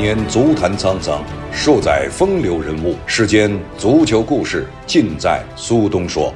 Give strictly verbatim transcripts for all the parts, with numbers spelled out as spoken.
年足坛沧桑，数载风流人物。世间足球故事，尽在苏东说。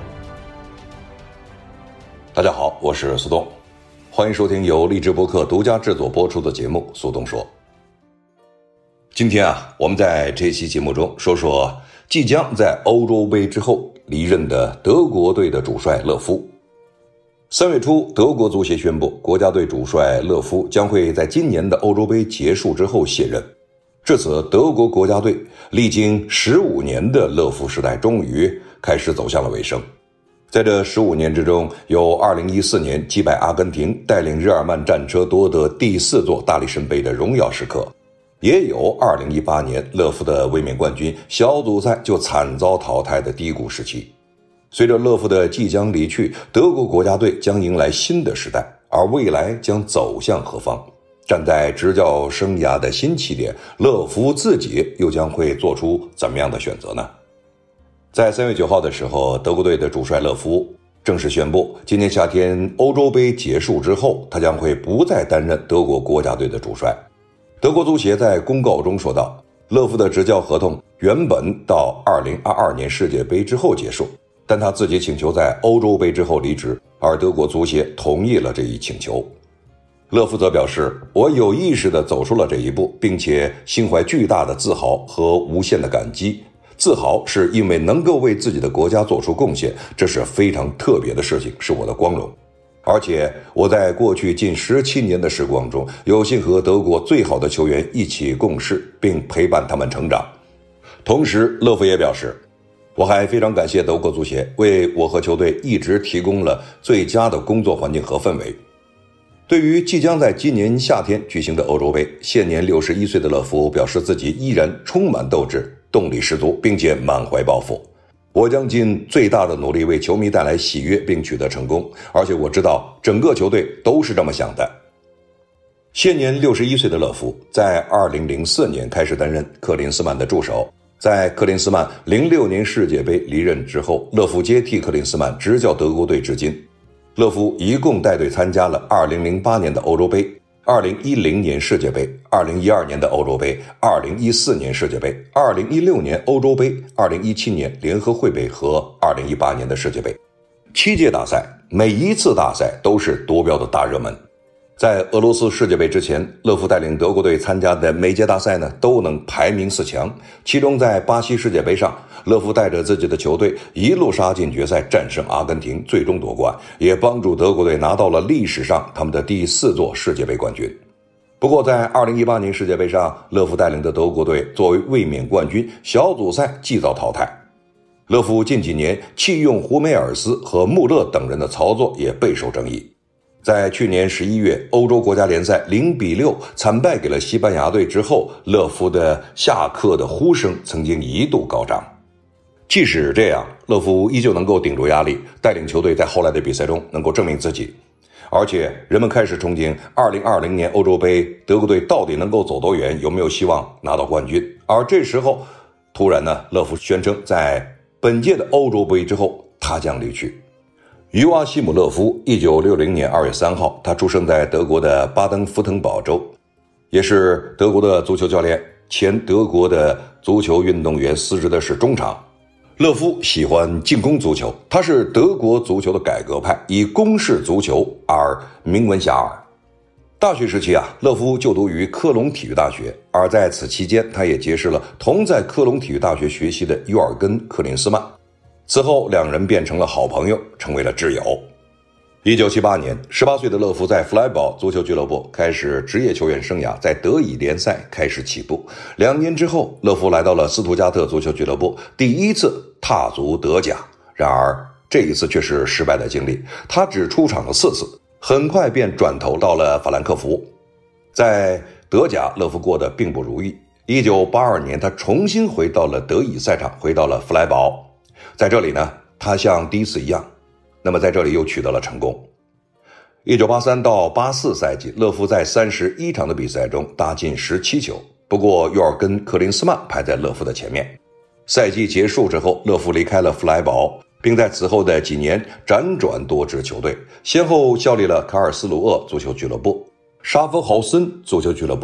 大家好，我是苏东，欢迎收听由荔枝播客独家制作播出的节目《苏东说》。今天啊，我们在这期节目中说说即将在欧洲杯之后离任的德国队的主帅勒夫。三月初，德国足协宣布，国家队主帅勒夫将会在今年的欧洲杯结束之后卸任。至此，德国国家队历经十五年的勒夫时代终于开始走向了尾声。在这十五年之中，有二零一四年击败阿根廷，带领日耳曼战车夺得第四座大力神杯的荣耀时刻，也有二零一八年勒夫的卫冕冠军小组赛就惨遭淘汰的低谷时期。随着勒夫的即将离去，德国国家队将迎来新的时代，而未来将走向何方？站在执教生涯的新起点，勒夫自己又将会做出怎么样的选择呢？在三月九号的时候，德国队的主帅勒夫正式宣布，今年夏天欧洲杯结束之后，他将会不再担任德国国家队的主帅。德国足协在公告中说道，勒夫的执教合同原本到二零二二年世界杯之后结束，但他自己请求在欧洲杯之后离职，而德国足协同意了这一请求。勒夫则表示，我有意识地走出了这一步，并且心怀巨大的自豪和无限的感激。自豪是因为能够为自己的国家做出贡献，这是非常特别的事情，是我的光荣。而且我在过去近十七年的时光中，有幸和德国最好的球员一起共事，并陪伴他们成长。同时，勒夫也表示，我还非常感谢德国足协为我和球队一直提供了最佳的工作环境和氛围。对于即将在今年夏天举行的欧洲杯，现年六十一岁的勒夫表示自己依然充满斗志，动力十足，并且满怀抱负。我将尽最大的努力为球迷带来喜悦并取得成功，而且我知道整个球队都是这么想的。现年六十一岁的勒夫在二零零四年开始担任克林斯曼的助手。在克林斯曼零六年世界杯离任之后，勒夫接替克林斯曼执教德国队至今。勒夫一共带队参加了二零零八年的欧洲杯、二零一零年世界杯、二零一二年的欧洲杯、二零一四年世界杯、二零一六年欧洲杯、二零一七年联合会杯和二零一八年的世界杯。七届大赛，每一次大赛都是夺标的大热门。在俄罗斯世界杯之前，勒夫带领德国队参加的每届大赛呢，都能排名四强。其中在巴西世界杯上，勒夫带着自己的球队一路杀进决赛，战胜阿根廷，最终夺冠，也帮助德国队拿到了历史上他们的第四座世界杯冠军。不过在二零一八年世界杯上，勒夫带领的德国队作为卫冕冠军，小组赛即遭淘汰。勒夫近几年弃用胡梅尔斯和穆勒等人的操作也备受争议。在去年十一月欧洲国家联赛零比六惨败给了西班牙队之后，勒夫的下课的呼声曾经一度高涨。即使这样，勒夫依旧能够顶住压力，带领球队在后来的比赛中能够证明自己。而且人们开始憧憬二零二零年欧洲杯德国队到底能够走多远，有没有希望拿到冠军。而这时候突然呢，勒夫宣称在本届的欧洲杯之后他将离去。尤瓦西姆·勒夫一九六零年二月三号，他出生在德国的巴登符腾堡州，也是德国的足球教练，前德国的足球运动员司职的是中场。勒夫喜欢进攻足球，他是德国足球的改革派，以攻势足球而名闻遐迩。大学时期啊，勒夫就读于科隆体育大学，而在此期间，他也结识了同在科隆体育大学学习的尤尔根·克林斯曼。此后两人变成了好朋友，成为了挚友。一九七八年，十八岁的勒夫在弗莱堡足球俱乐部开始职业球员生涯，在德乙联赛开始起步。两年之后，勒夫来到了斯图加特足球俱乐部，第一次踏足德甲。然而这一次却是失败的经历，他只出场了四次，很快便转投到了法兰克福。在德甲，勒夫过得并不如意。一九八二年，他重新回到了德乙赛场，回到了弗莱堡。在这里呢，他像第一次一样，那么在这里又取得了成功。一九八三到八四赛季，勒夫在三十一场的比赛中打进十七球，不过尤尔根·克林斯曼排在勒夫的前面。赛季结束之后，勒夫离开了弗莱堡，并在此后的几年辗转多支球队，先后效力了卡尔斯鲁厄足球俱乐部、沙夫豪森足球俱乐部、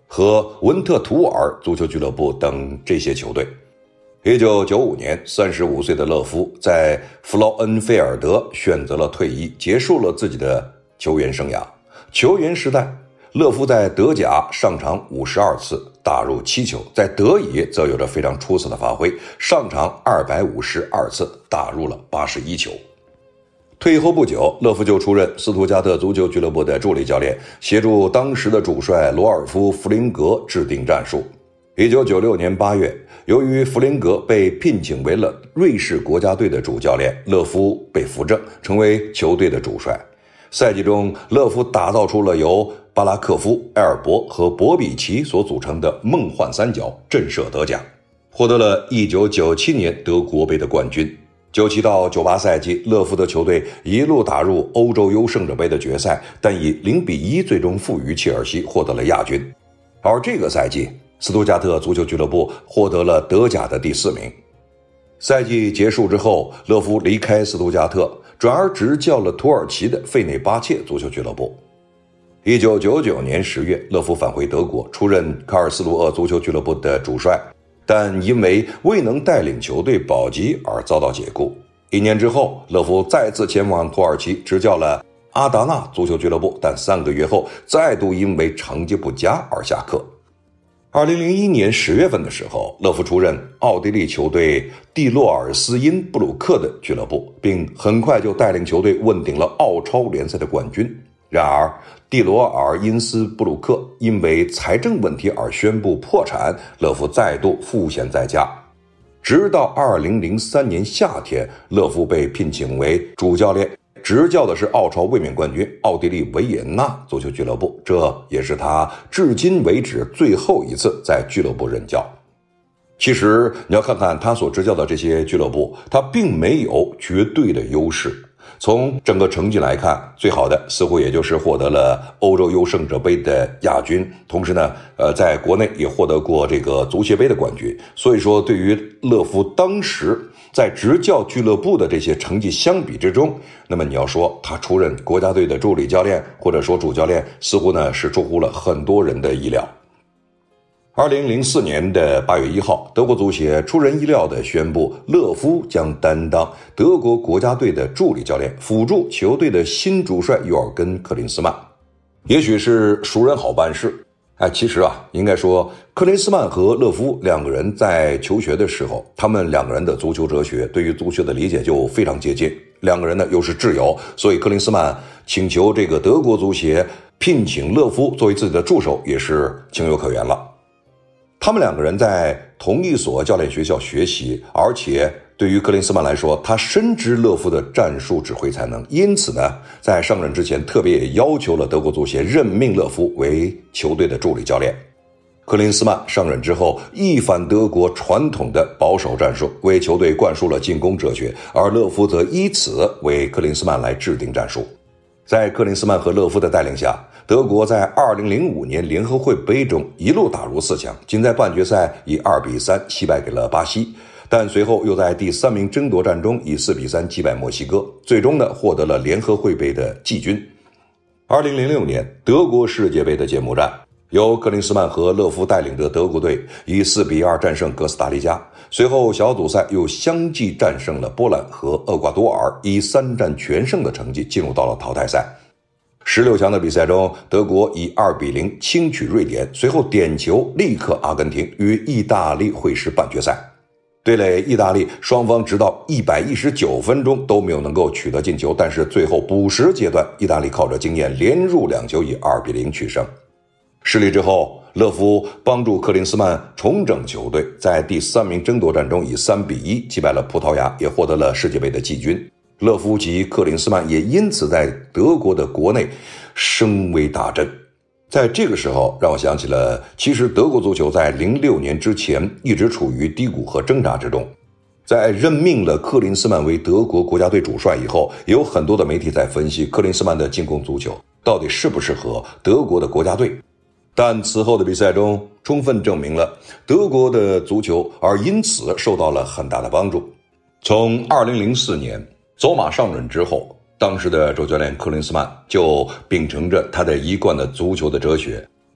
和文特图尔足球俱乐部等这些球队。一九九五年，三十五岁的勒夫在弗劳恩菲尔德选择了退役，结束了自己的球员生涯。球员时代，勒夫在德甲上场五十二次，打入七球，在德乙则有着非常出色的发挥，上场二百五十二次，打入了八十一球。退役后不久，勒夫就出任斯图加特足球俱乐部的助理教练，协助当时的主帅罗尔夫·弗林格制定战术。一九九六年八月，由于弗林格被聘请为了瑞士国家队的主教练，勒夫被扶正，成为球队的主帅。赛季中，勒夫打造出了由巴拉克夫、埃尔伯和博比奇所组成的梦幻三角，震慑德甲，获得了一九九七年德国杯的冠军。九七到九八赛季，勒夫的球队一路打入欧洲优胜者杯的决赛，但以零比一最终负于切尔西，获得了亚军。而这个赛季，斯图加特足球俱乐部获得了德甲的第四名。赛季结束之后，勒夫离开斯图加特，转而执教了土耳其的费内巴切足球俱乐部。一九九九年十月，勒夫返回德国，出任卡尔斯鲁厄足球俱乐部的主帅，但因为未能带领球队保级而遭到解雇。一年之后，勒夫再次前往土耳其执教了阿达纳足球俱乐部，但三个月后再度因为成绩不佳而下课。二零零一年十月份的时候，勒夫出任奥地利球队蒂洛尔斯因布鲁克的俱乐部，并很快就带领球队问鼎了奥超联赛的冠军。然而，蒂罗尔因斯布鲁克因为财政问题而宣布破产，勒夫再度赋闲在家。直到二零零三年夏天，勒夫被聘请为主教练，执教的是奥超卫冕冠军奥地利维也纳足球俱乐部，这也是他至今为止最后一次在俱乐部任教。其实你要看看他所执教的这些俱乐部，他并没有绝对的优势。从整个成绩来看，最好的似乎也就是获得了欧洲优胜者杯的亚军，同时呢，呃，在国内也获得过这个足协杯的冠军。所以说，对于勒夫当时在执教俱乐部的这些成绩相比之中，那么你要说他出任国家队的助理教练或者说主教练，似乎呢是出乎了很多人的意料。二零零四年的八月一号，德国足协出人意料地宣布，勒夫将担当德国国家队的助理教练，辅助球队的新主帅尤尔根·克林斯曼。也许是熟人好办事，哎，其实啊，应该说克林斯曼和勒夫两个人在求学的时候，他们两个人的足球哲学对于足球的理解就非常接近。两个人呢又是挚友，所以克林斯曼请求这个德国足协聘请勒夫作为自己的助手，也是情有可原了。他们两个人在同一所教练学校学习，而且对于克林斯曼来说，他深知勒夫的战术指挥才能，因此呢，在上任之前特别也要求了德国足协任命勒夫为球队的助理教练。克林斯曼上任之后，一反德国传统的保守战术，为球队灌输了进攻哲学，而勒夫则依此为克林斯曼来制定战术。在克林斯曼和勒夫的带领下，德国在二零零五年联合会杯中一路打入四强，仅在半决赛以二比三惜败给了巴西，但随后又在第三名争夺战中以四比三击败墨西哥，最终呢获得了联合会杯的季军。二零零六年德国世界杯的揭幕战，由克林斯曼和勒夫带领的德国队以四比二战胜哥斯达黎加，随后小组赛又相继战胜了波兰和厄瓜多尔，以三战全胜的成绩进入到了淘汰赛。十六强的比赛中，德国以二比零轻取瑞典，随后点球力克阿根廷，与意大利会师半决赛。对垒意大利，双方直到一百一十九分钟都没有能够取得进球，但是最后补时阶段，意大利靠着经验连入两球，以二比零取胜。失利之后，勒夫帮助克林斯曼重整球队，在第三名争夺战中以三比一击败了葡萄牙，也获得了世界杯的季军。勒夫及克林斯曼也因此在德国的国内声威大振。在这个时候，让我想起了，其实德国足球在零六年之前一直处于低谷和挣扎之中。在任命了克林斯曼为德国国家队主帅以后，也有很多的媒体在分析克林斯曼的进攻足球到底适不适合德国的国家队。但此后的比赛中充分证明了德国的足球，而因此受到了很大的帮助。从二零零四年走马上任之后，当时的主教练克林斯曼就秉承着他的一贯的足球的哲学，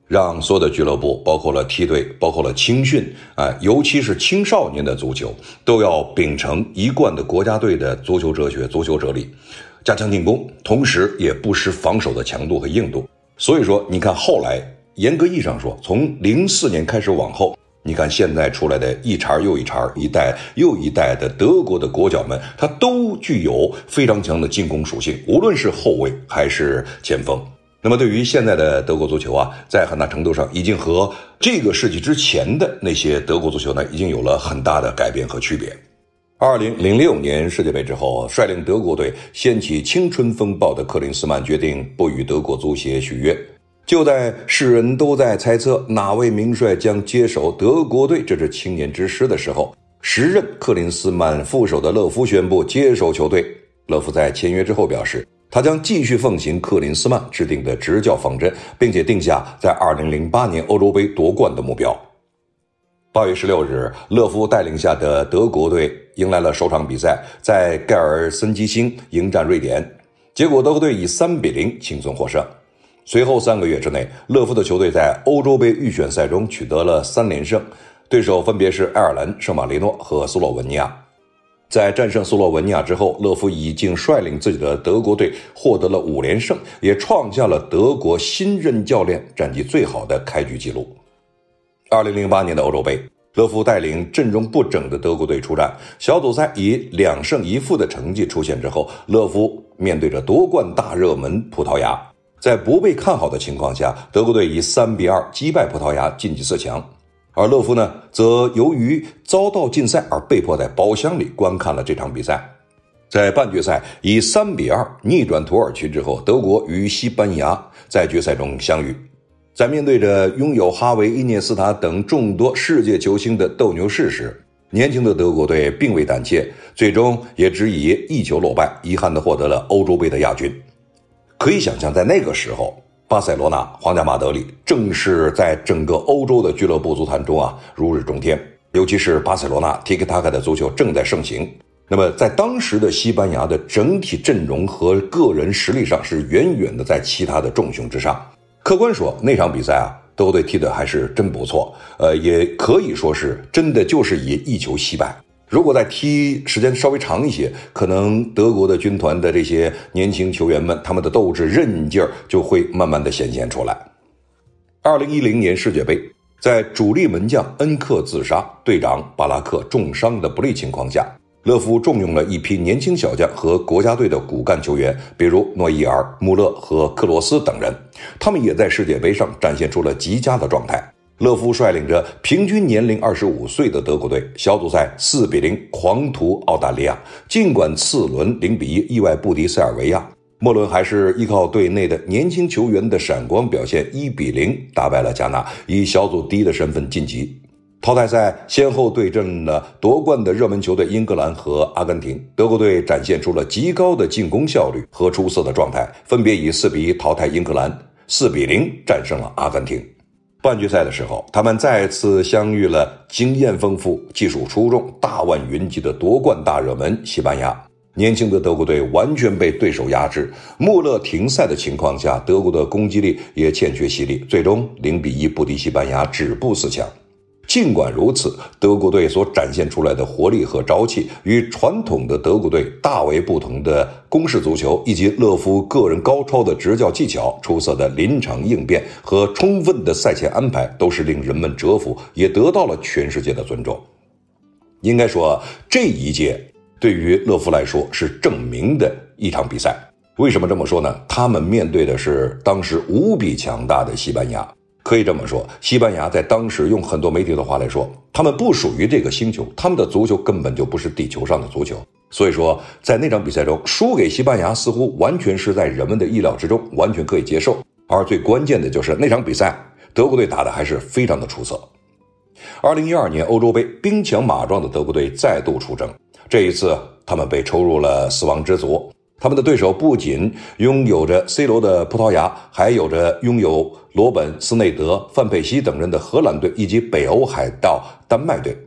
让所有的俱乐部，包括了梯队，包括了青训啊，尤其是青少年的足球，都要秉承一贯的国家队的足球哲学、足球哲理，加强进攻，同时也不失防守的强度和硬度。所以说，你看后来，严格意义上说，从零四年开始往后，你看现在出来的一茬又一茬，一代又一代的德国的国脚们，他都具有非常强的进攻属性，无论是后卫还是前锋。那么对于现在的德国足球啊，在很大程度上已经和这个世纪之前的那些德国足球呢，已经有了很大的改变和区别。二零零六年世界杯之后，率领德国队掀起青春风暴的克林斯曼决定不与德国足协续约。就在世人都在猜测哪位名帅将接手德国队这支青年之师的时候，时任克林斯曼副手的勒夫宣布接手球队。勒夫在签约之后表示，他将继续奉行克林斯曼制定的执教方针，并且定下在二零零八年欧洲杯夺冠的目标。八月十六日，勒夫带领下的德国队迎来了首场比赛，在盖尔森基兴迎战瑞典，结果德国队以三比零轻松获胜。随后三个月之内，勒夫的球队在欧洲杯预选赛中取得了三连胜，对手分别是爱尔兰、圣马力诺和斯洛文尼亚。在战胜斯洛文尼亚之后，勒夫已经率领自己的德国队获得了五连胜，也创下了德国新任教练战绩最好的开局纪录。二零零八年的欧洲杯，勒夫带领阵容不整的德国队出战，小组赛以两胜一负的成绩出现之后，勒夫面对着夺冠大热门葡萄牙，在不被看好的情况下，德国队以三比二击败葡萄牙晋级四强。而勒夫呢，则由于遭到禁赛而被迫在包厢里观看了这场比赛。在半决赛以三比二逆转土耳其之后，德国与西班牙在决赛中相遇。在面对着拥有哈维、伊涅斯塔等众多世界球星的斗牛士时，年轻的德国队并未胆怯，最终也只以一球落败，遗憾地获得了欧洲杯的亚军。可以想象，在那个时候，巴塞罗那、皇家马德里正是在整个欧洲的俱乐部足坛中啊如日中天，尤其是巴塞罗那 Tiki Taka 的足球正在盛行。那么在当时的西班牙的整体阵容和个人实力上是远远的在其他的众雄之上。客观说，那场比赛啊，德国队踢的还是真不错，呃，也可以说是真的就是以一球惜败。如果再踢时间稍微长一些，可能德国的军团的这些年轻球员们，他们的斗志韧劲儿就会慢慢的显现出来。二零一零年世界杯，在主力门将恩克自杀、队长巴拉克重伤的不利情况下，勒夫重用了一批年轻小将和国家队的骨干球员，比如诺伊尔、穆勒和克罗斯等人，他们也在世界杯上展现出了极佳的状态。勒夫率领着平均年龄二十五岁的德国队，小组赛四比零狂屠澳大利亚，尽管次轮零比一意外不敌塞尔维亚，末轮还是依靠队内的年轻球员的闪光表现，一比零打败了加纳，以小组第一的身份晋级。淘汰赛先后对阵了夺冠的热门球队英格兰和阿根廷，德国队展现出了极高的进攻效率和出色的状态，分别以四比一淘汰英格兰，四比零战胜了阿根廷。半决赛的时候，他们再次相遇了经验丰富、技术出众、大腕云集的夺冠大热门西班牙。年轻的德国队完全被对手压制，穆勒停赛的情况下，德国的攻击力也欠缺犀利，最终零比一不敌西班牙，止步四强。尽管如此，德国队所展现出来的活力和朝气，与传统的德国队大为不同的攻势足球，以及勒夫个人高超的执教技巧、出色的临场应变和充分的赛前安排，都是令人们折服，也得到了全世界的尊重。应该说，这一届对于勒夫来说是证明的一场比赛。为什么这么说呢？他们面对的是当时无比强大的西班牙。可以这么说，西班牙在当时用很多媒体的话来说，他们不属于这个星球，他们的足球根本就不是地球上的足球。所以说，在那场比赛中输给西班牙似乎完全是在人们的意料之中，完全可以接受。而最关键的就是那场比赛，德国队打得还是非常的出色。二零一二年欧洲杯，兵强马壮的德国队再度出征，这一次他们被抽入了死亡之组。他们的对手不仅拥有着 C 罗的葡萄牙，还有着拥有罗本、斯内德、范佩西等人的荷兰队，以及北欧海盗丹麦队。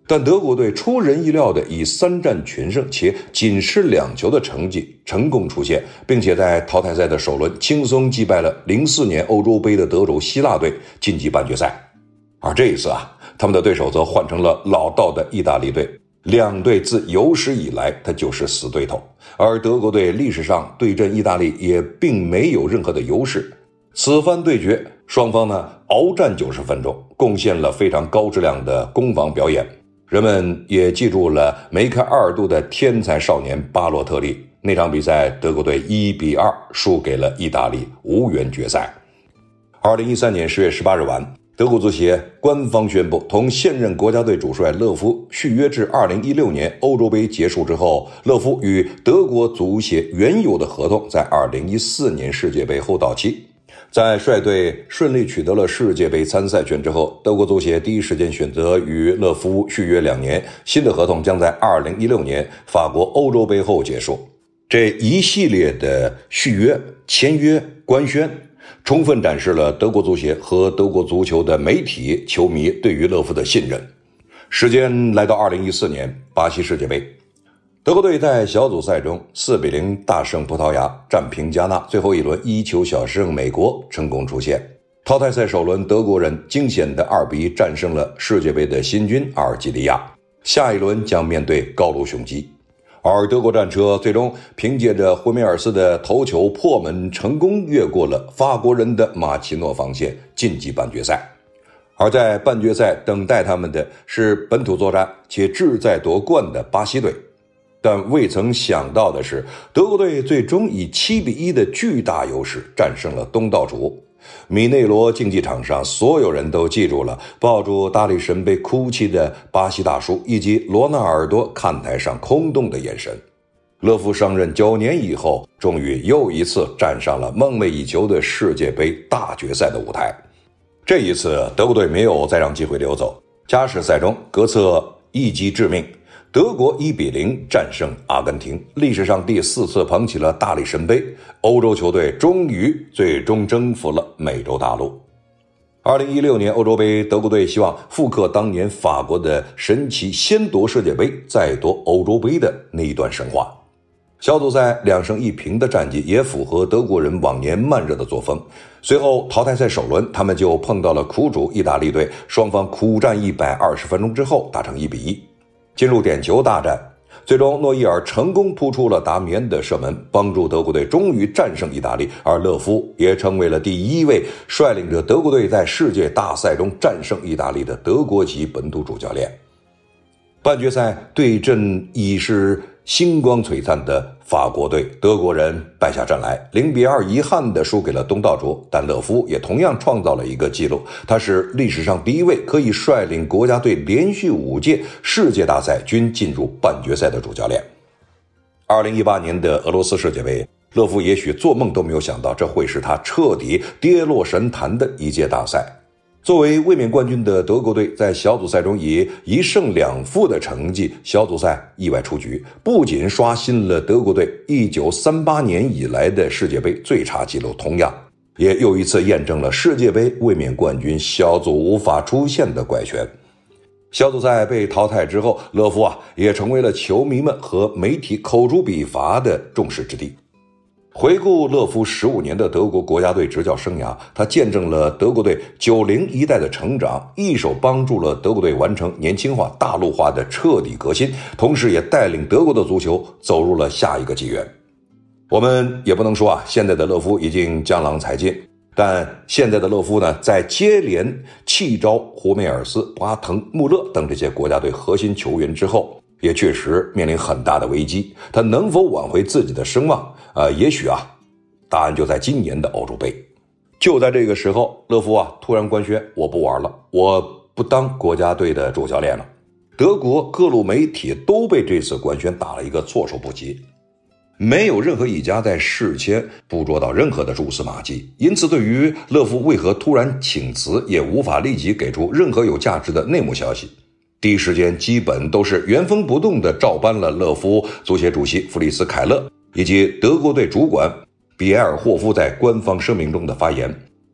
但德国队出人意料的以三战全胜且仅失两球的成绩成功出线，并且在淘汰赛的首轮轻松击败了零四年欧洲杯的得主希腊队，晋级半决赛。而这一次啊，他们的对手则换成了老道的意大利队，两队自有史以来他就是死对头，而德国队历史上对阵意大利也并没有任何的优势。此番对决，双方呢鏖战九十分钟，贡献了非常高质量的攻防表演。人们也记住了梅开二度的天才少年巴洛特利。那场比赛，德国队一比二输给了意大利，无缘决赛。二零一三年十月十八日晚，德国足协官方宣布，同现任国家队主帅勒夫续约至二零一六年欧洲杯结束之后，勒夫与德国足协原有的合同在二零一四年世界杯后到期。在率队顺利取得了世界杯参赛权之后，德国足协第一时间选择与勒夫续约两年，新的合同将在二零一六年法国欧洲杯后结束。这一系列的续约、签约、官宣，充分展示了德国足协和德国足球的媒体、球迷对于勒夫的信任。时间来到二零一四年巴西世界杯，德国队在小组赛中四比零大胜葡萄牙，战平加纳，最后一轮一球小胜美国，成功出线。淘汰赛首轮，德国人惊险的二比一战胜了世界杯的新军阿尔及利亚，下一轮将面对高卢雄鸡。而德国战车最终凭借着胡梅尔斯的头球破门，成功越过了法国人的马奇诺防线，晋级半决赛。而在半决赛等待他们的是本土作战且志在夺冠的巴西队。但未曾想到的是，德国队最终以七比一的巨大优势战胜了东道主。米内罗竞技场上，所有人都记住了抱住大力神杯哭泣的巴西大叔，以及罗纳尔多看台上空洞的眼神。勒夫上任九年以后，终于又一次站上了梦寐以求的世界杯大决赛的舞台。这一次，德国队没有再让机会溜走，加时赛中格策一击致命，德国一比零战胜阿根廷，历史上第四次捧起了大力神杯，欧洲球队终于最终征服了美洲大陆。二零一六年欧洲杯，德国队希望复刻当年法国的神奇先夺世界杯再夺欧洲杯的那一段神话。小组赛两胜一平的战绩也符合德国人往年慢热的作风。随后淘汰赛首轮，他们就碰到了苦主意大利队，双方苦战一百二十分钟之后打成一比一。进入点球大战，最终诺伊尔成功扑出了达米恩的射门，帮助德国队终于战胜意大利，而勒夫也成为了第一位率领着德国队在世界大赛中战胜意大利的德国籍本土主教练。半决赛对阵已是星光璀璨的法国队，德国人败下阵来，零比二遗憾地输给了东道主，但勒夫也同样创造了一个纪录，他是历史上第一位可以率领国家队连续五届世界大赛均进入半决赛的主教练。二零一八年的俄罗斯世界杯，勒夫也许做梦都没有想到，这会是他彻底跌落神坛的一届大赛。作为卫冕冠军的德国队，在小组赛中以一胜两负的成绩小组赛意外出局，不仅刷新了德国队一九三八年以来的世界杯最差纪录，同样也又一次验证了世界杯卫冕冠军小组无法出现的怪圈。小组赛被淘汰之后，勒夫啊也成为了球迷们和媒体口诛笔伐的众矢之的。回顾勒夫十五年的德国国家队执教生涯，他见证了德国队九零一代的成长，一手帮助了德国队完成年轻化、大陆化的彻底革新，同时也带领德国的足球走入了下一个纪元。我们也不能说啊，现在的勒夫已经江郎才尽，但现在的勒夫呢，在接连弃招胡梅尔斯、巴滕、穆勒等这些国家队核心球员之后，也确实面临很大的危机。他能否挽回自己的声望？呃，也许啊，答案就在今年的欧洲杯。就在这个时候，勒夫啊突然官宣，我不玩了，我不当国家队的主教练了。德国各路媒体都被这次官宣打了一个措手不及，没有任何一家在事前捕捉到任何的蛛丝马迹，因此对于勒夫为何突然请辞，也无法立即给出任何有价值的内幕消息。第一时间基本都是原封不动地照搬了勒夫足协主席弗里斯凯勒以及德国队主管比埃尔霍夫在官方声明中的发言，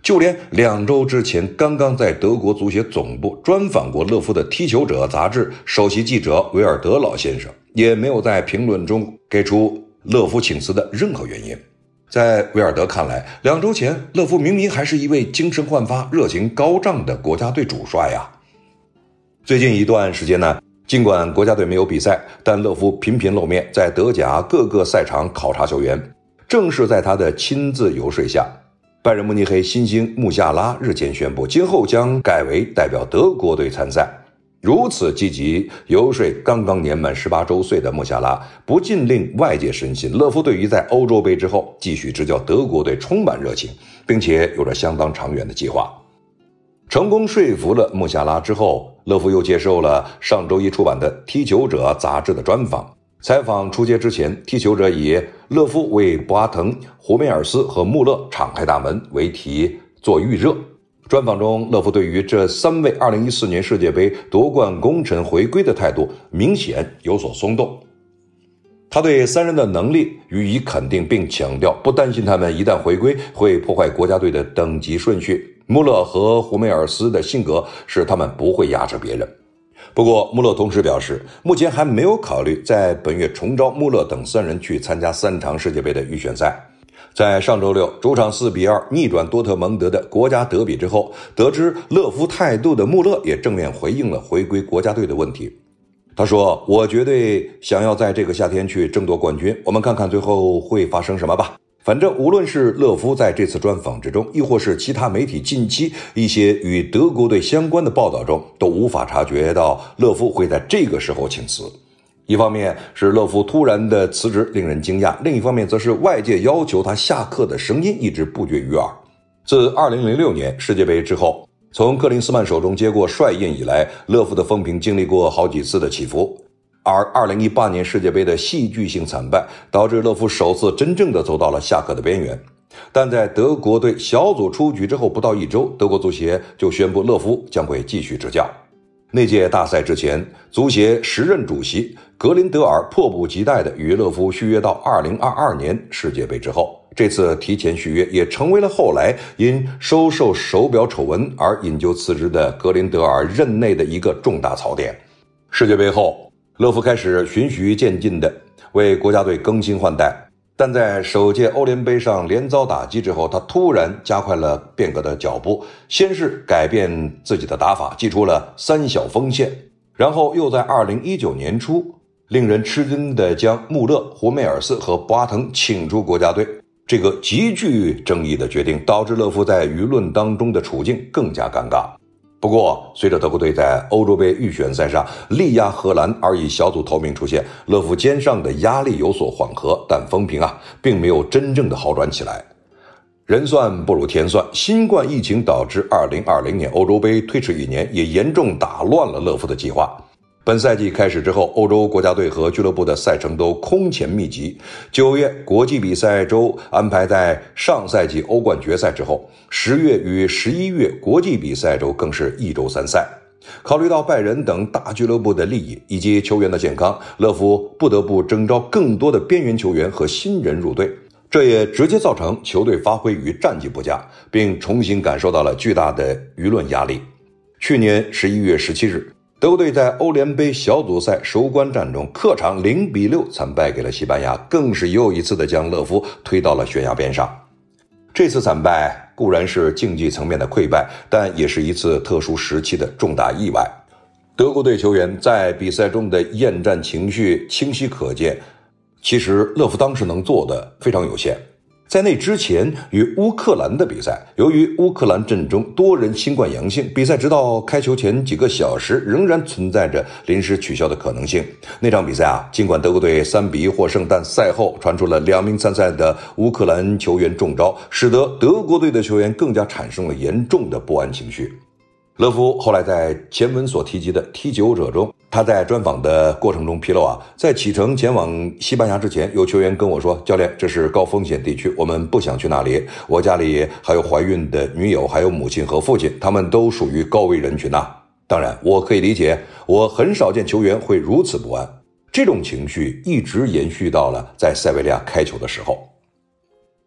就连两周之前刚刚在德国足协总部专访过勒夫的《踢球者》杂志首席记者维尔德老先生，也没有在评论中给出勒夫请辞的任何原因。在维尔德看来，两周前勒夫明明还是一位精神焕发、热情高涨的国家队主帅呀。最近一段时间呢，尽管国家队没有比赛，但勒夫频频露面，在德甲各个赛场考察球员。正是在他的亲自游说下，拜仁慕尼黑新星穆夏拉日前宣布，今后将改为代表德国队参赛。如此积极游说刚刚年满十八周岁的穆夏拉，不禁令外界深信勒夫对于在欧洲杯之后继续执教德国队充满热情，并且有着相当长远的计划。成功说服了穆夏拉之后，勒夫又接受了上周一出版的《踢球者》杂志的专访。采访出街之前，踢球者以勒夫为博阿滕、胡梅尔斯和穆勒敞开大门为题做预热。专访中，勒夫对于这三位二零一四年世界杯夺冠功臣回归的态度明显有所松动。他对三人的能力予以肯定，并强调不担心他们一旦回归会破坏国家队的等级顺序。穆勒和胡梅尔斯的性格使他们不会压制别人。不过穆勒同时表示，目前还没有考虑在本月重召穆勒等三人去参加三场世界杯的预选赛。在上周六主场四比二逆转多特蒙德的国家德比之后，得知勒夫态度的穆勒也正面回应了回归国家队的问题。他说，我绝对想要在这个夏天去争夺冠军，我们看看最后会发生什么吧。反正无论是勒夫在这次专访之中，亦或是其他媒体近期一些与德国队相关的报道中，都无法察觉到勒夫会在这个时候请辞。一方面是勒夫突然的辞职令人惊讶，另一方面则是外界要求他下课的声音一直不绝于耳。自二零零六年世界杯之后，从克林斯曼手中接过帅印以来，勒夫的风评经历过好几次的起伏。而二零一八年世界杯的戏剧性惨败，导致勒夫首次真正的走到了下课的边缘。但在德国队小组出局之后不到一周，德国足协就宣布勒夫将会继续执教。那届大赛之前，足协时任主席格林德尔迫不及待地与勒夫续约到二零二二年世界杯之后。这次提前续约也成为了后来因收受手表丑闻而引咎辞职的格林德尔任内的一个重大槽点。世界杯后，勒夫开始循序渐进地为国家队更新换代，但在首届欧联杯上连遭打击之后，他突然加快了变革的脚步，先是改变自己的打法，祭出了三小锋线，然后又在二零一九年初令人吃惊地将穆勒、胡梅尔斯和博阿滕请出国家队。这个极具争议的决定导致勒夫在舆论当中的处境更加尴尬。不过随着德国队在欧洲杯预选赛上力压荷兰而以小组头名出现，勒夫肩上的压力有所缓和，但风评啊并没有真正的好转起来。人算不如天算，新冠疫情导致二零二零年欧洲杯推迟一年，也严重打乱了勒夫的计划。本赛季开始之后，欧洲国家队和俱乐部的赛程都空前密集。九月国际比赛周安排在上赛季欧冠决赛之后，十月与十一月国际比赛周更是一周三赛。考虑到拜仁等大俱乐部的利益以及球员的健康，勒夫不得不征召更多的边缘球员和新人入队，这也直接造成球队发挥与战绩不佳，并重新感受到了巨大的舆论压力。去年十一月十七日，德国队在欧联杯小组赛收官战中客场零比六惨败给了西班牙，更是又一次的将勒夫推到了悬崖边上。这次惨败固然是竞技层面的溃败，但也是一次特殊时期的重大意外。德国队球员在比赛中的厌战情绪清晰可见，其实勒夫当时能做的非常有限。在那之前与乌克兰的比赛，由于乌克兰阵中多人新冠阳性，比赛直到开球前几个小时仍然存在着临时取消的可能性。那场比赛啊，尽管德国队三比一获胜，但赛后传出了两名参赛的乌克兰球员中招，使得德国队的球员更加产生了严重的不安情绪。勒夫后来在前文所提及的踢球者中，他在专访的过程中披露啊，在启程前往西班牙之前，有球员跟我说，教练，这是高风险地区，我们不想去那里，我家里还有怀孕的女友，还有母亲和父亲，他们都属于高危人群呐、啊。当然我可以理解，我很少见球员会如此不安，这种情绪一直延续到了在塞维利亚开球的时候。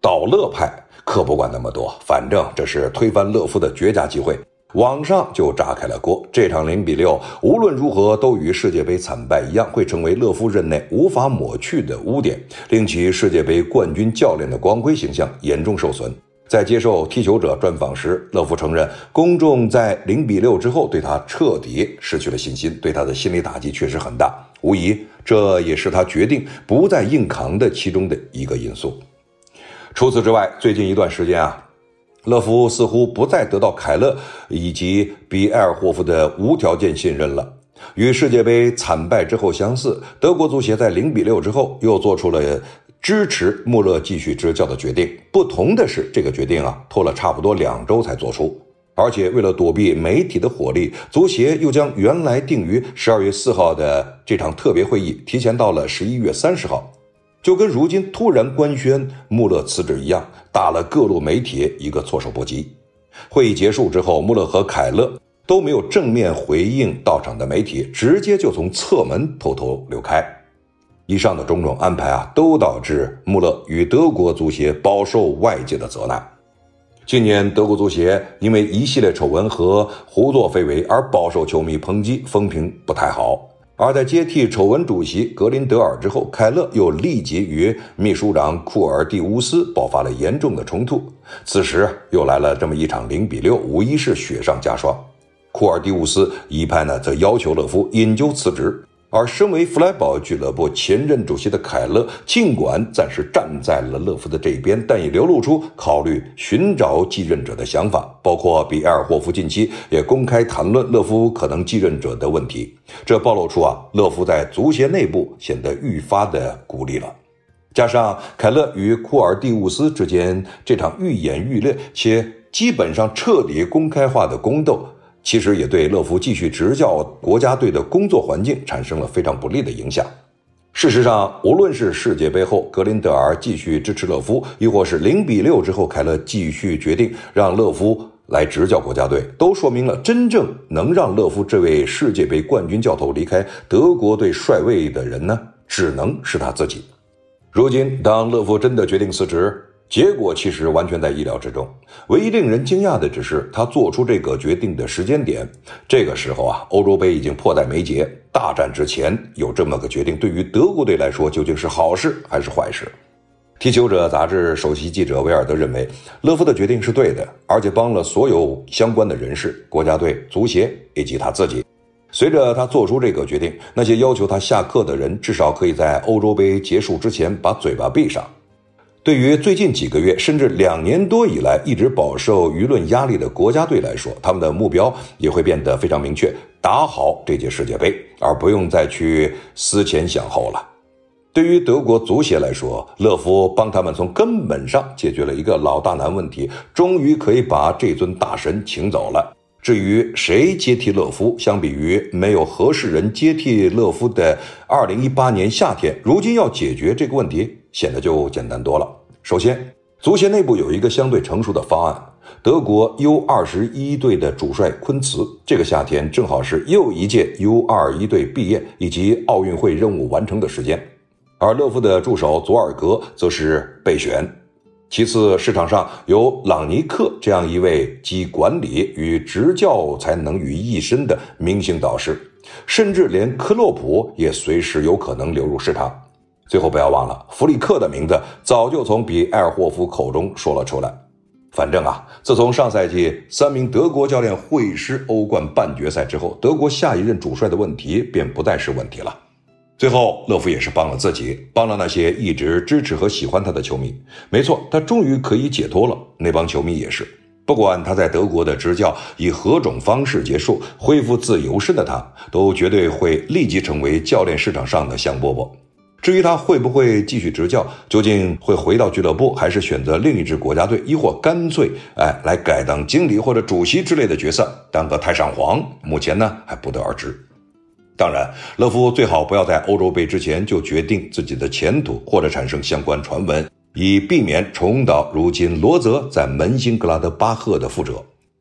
倒勒派可不管那么多，反正这是推翻勒夫的绝佳机会。网上就炸开了锅，这场零比六无论如何都与世界杯惨败一样，会成为勒夫任内无法抹去的污点，令其世界杯冠军教练的光辉形象严重受损。在接受踢球者专访时，勒夫承认公众在零比六之后对他彻底失去了信心，对他的心理打击确实很大，无疑这也是他决定不再硬扛的其中的一个因素。除此之外，最近一段时间啊，勒夫似乎不再得到凯勒以及比埃尔霍夫的无条件信任了。与世界杯惨败之后相似，德国足协在零比六之后又做出了支持穆勒继续执教的决定。不同的是，这个决定啊拖了差不多两周才做出，而且为了躲避媒体的火力，足协又将原来定于十二月四号的这场特别会议提前到了十一月三十号。就跟如今突然官宣穆勒辞职一样，打了各路媒体一个措手不及。会议结束之后，穆勒和凯勒都没有正面回应到场的媒体，直接就从侧门偷偷溜开。以上的种种安排啊，都导致穆勒与德国足协饱受外界的责难。今年德国足协因为一系列丑闻和胡作非为而饱受球迷抨击，风评不太好。而在接替丑闻主席格林德尔之后，凯勒又立即与秘书长库尔蒂乌斯爆发了严重的冲突。此时又来了这么一场零比六，无疑是雪上加霜。库尔蒂乌斯一派呢，则要求勒夫引咎辞职。而身为弗莱堡俱乐部前任主席的凯勒，尽管暂时站在了勒夫的这边，但也流露出考虑寻找继任者的想法，包括比埃尔霍夫近期也公开谈论勒夫可能继任者的问题。这暴露出啊，勒夫在足协内部显得愈发的孤立了。加上凯勒与库尔蒂乌斯之间这场愈演愈烈且基本上彻底公开化的宫斗，其实也对勒夫继续执教国家队的工作环境产生了非常不利的影响。事实上，无论是世界杯后格林德尔继续支持勒夫，亦或是零比六之后凯勒继续决定让勒夫来执教国家队，都说明了真正能让勒夫这位世界杯冠军教头离开德国队帅位的人呢，只能是他自己。如今当勒夫真的决定辞职，结果其实完全在意料之中，唯一令人惊讶的只是他做出这个决定的时间点。这个时候啊，欧洲杯已经迫在眉睫，大战之前有这么个决定，对于德国队来说究竟是好事还是坏事？踢球者杂志首席记者维尔德认为，勒夫的决定是对的，而且帮了所有相关的人士，国家队、足协以及他自己。随着他做出这个决定，那些要求他下课的人至少可以在欧洲杯结束之前把嘴巴闭上。对于最近几个月甚至两年多以来一直饱受舆论压力的国家队来说，他们的目标也会变得非常明确，打好这届世界杯，而不用再去思前想后了。对于德国足协来说，勒夫帮他们从根本上解决了一个老大难问题，终于可以把这尊大神请走了。至于谁接替勒夫，相比于没有合适人接替勒夫的二零一八年夏天，如今要解决这个问题显得就简单多了。首先，足协内部有一个相对成熟的方案，德国 U 二十一 队的主帅昆茨，这个夏天正好是又一届 U 二十一 队毕业以及奥运会任务完成的时间，而勒夫的助手佐尔格则是备选。其次，市场上有朗尼克这样一位集管理与执教才能于一身的明星导师，甚至连克洛普也随时有可能流入市场。最后不要忘了，弗里克的名字早就从比埃尔霍夫口中说了出来。反正啊，自从上赛季三名德国教练会师欧冠半决赛之后，德国下一任主帅的问题便不再是问题了。最后，勒夫也是帮了自己，帮了那些一直支持和喜欢他的球迷。没错，他终于可以解脱了，那帮球迷也是。不管他在德国的执教以何种方式结束，恢复自由身的他，都绝对会立即成为教练市场上的香饽饽。至于他会不会继续执教，究竟会回到俱乐部，还是选择另一支国家队，亦或干脆哎来改当经理或者主席之类的角色，当个太上皇，目前呢还不得而知。当然，勒夫最好不要在欧洲杯之前就决定自己的前途，或者产生相关传闻，以避免重蹈如今罗泽在门兴格拉德巴赫的覆辙。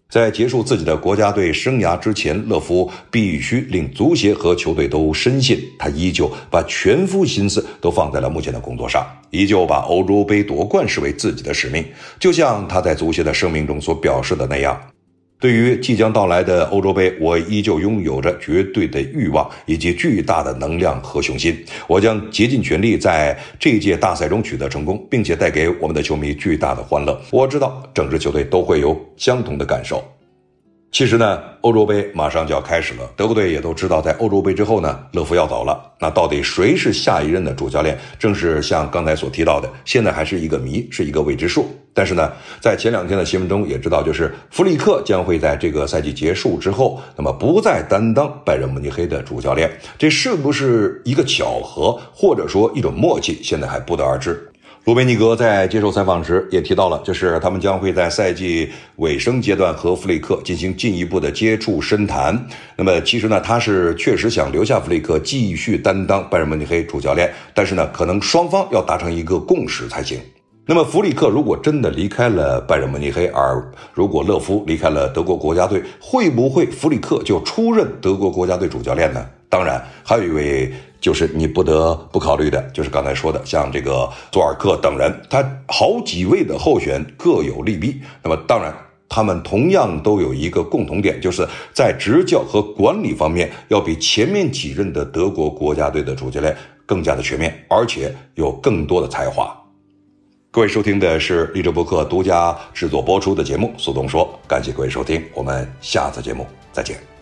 在结束自己的国家队生涯之前，勒夫必须令足协和球队都深信，他依旧把全副心思都放在了目前的工作上，依旧把欧洲杯夺冠视为自己的使命，就像他在足协的声明中所表示的那样。对于即将到来的欧洲杯，我依旧拥有着绝对的欲望以及巨大的能量和雄心。我将竭尽全力在这届大赛中取得成功，并且带给我们的球迷巨大的欢乐。我知道整支球队都会有相同的感受。其实呢，欧洲杯马上就要开始了，德国队也都知道在欧洲杯之后呢，勒夫要走了。那到底谁是下一任的主教练，正是像刚才所提到的，现在还是一个谜，是一个未知数。但是呢，在前两天的新闻中也知道，就是弗里克将会在这个赛季结束之后，那么不再担当拜仁慕尼黑的主教练。这是不是一个巧合，或者说一种默契，现在还不得而知。鲁贝尼格在接受采访时也提到了，就是他们将会在赛季尾声阶段和弗里克进行进一步的接触深谈。那么其实呢，他是确实想留下弗里克继续担当拜仁慕尼黑主教练，但是呢，可能双方要达成一个共识才行。那么弗里克如果真的离开了拜仁慕尼黑，而如果勒夫离开了德国国家队，会不会弗里克就出任德国国家队主教练呢？当然，还有一位就是你不得不考虑的，就是刚才说的，像这个佐尔克等人，他好几位的候选各有利弊。那么当然，他们同样都有一个共同点，就是在执教和管理方面要比前面几任的德国国家队的主教练更加的全面，而且有更多的才华。各位收听的是励志播客独家制作播出的节目《苏东说》，感谢各位收听，我们下次节目再见。